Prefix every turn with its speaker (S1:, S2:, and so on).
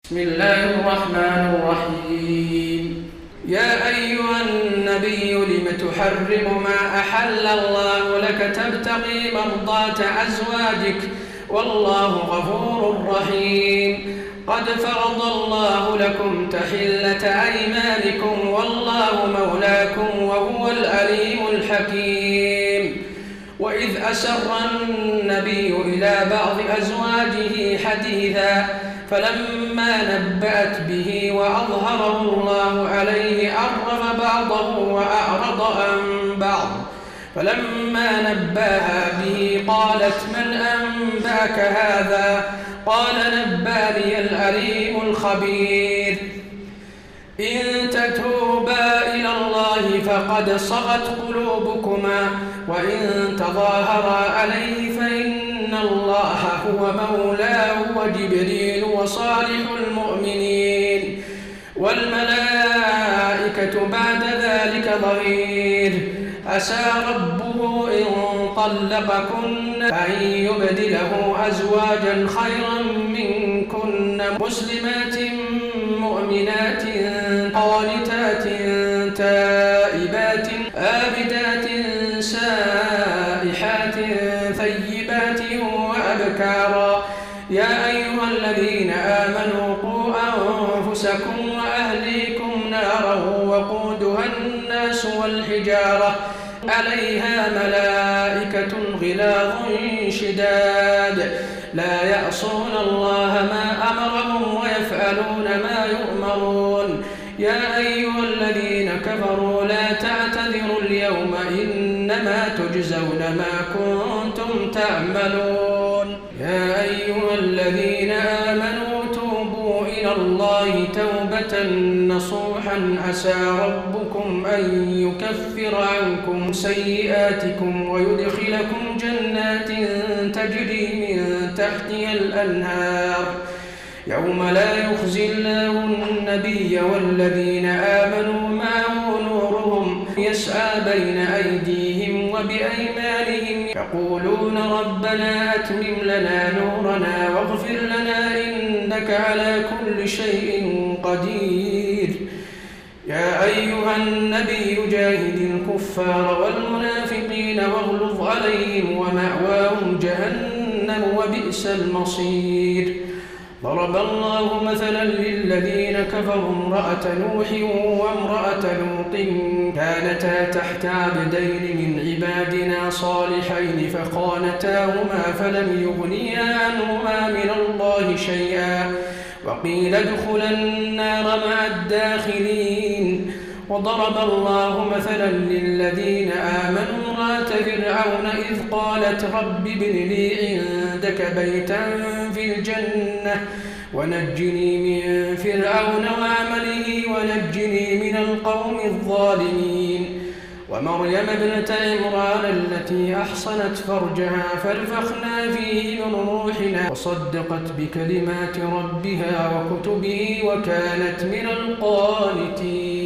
S1: بسم الله الرحمن الرحيم. يا أيها النبي لم تحرم ما أحل الله لك تبتغي مرضات أزواجك والله غفور رحيم. قد فرض الله لكم تحلة أيمانكم والله مولاكم وهو العليم الحكيم. وإذ أسر النبي إلى بعض أزواجه حديثا فلما نبأت به وأظهره الله عليه عرف بعضه وأعرض عن بعض. فلما نبأها به قالت من أنبأك هذا؟ قال نبأني العليم الخبير. إن تتوبا إلى الله فقد صغت قلوبكما وإن تظاهرا عليه فإن الله هو مولاه وجبريل وصالح المؤمنين والملائكة بعد ذلك ظهير. عسى ربه إن طلقكن أن يبدله أزواجا خيرا منكن مسلمات مؤمنات قانتات تائبات آبدات سائحات ثيبات وأبكارا. يا أيها الذين آمنوا قوا أنفسكم وأهليكم نارا وقودها الناس والحجارة عليها ملائكة غلاظ شداد لا يعصون الله ما أمرهم ويفعلون ما يؤمرون. يا أيها الذين كفروا لا تعتذروا اليوم إنما تجزون ما كنتم تعملون. يا أيها الذين آمنوا توبوا إلى الله توبة نصوحا عسى ربكم أن يكفر عنكم سيئاتكم ويدخلكم جنات تجري من تحتها الأنهار يوم لا يخزي الله النبي والذين آمنوا معه نورهم يسعى بين أيديهم وبأيمانهم يقولون ربنا أتمم لنا نورنا واغفر لنا إنك على كل شيء قدير. يا أيها النبي جاهد الكفار والمنافقين واغلظ عليهم ومأواهم جهنم وبئس المصير. ضرب الله مثلا للذين كفروا امرأة نوح وامرأة لوط كانتا تحت عبدين من عبادنا صالحين فخانتاهما فلم يغنيا عنهما من الله شيئا وقيل ادخلا النار مع الداخلين. وضرب الله مثلا للذين آمنوا امرأة فرعون إذ قالت رب ابن لي عندك بيتا في الجنة ونجني من فرعون وعمله ونجني من القوم الظالمين. ومريم ابنة عمران التي أحصنت فرجها فنفخنا فيه من روحنا وصدقت بكلمات ربها وكتبه وكانت من القانتين.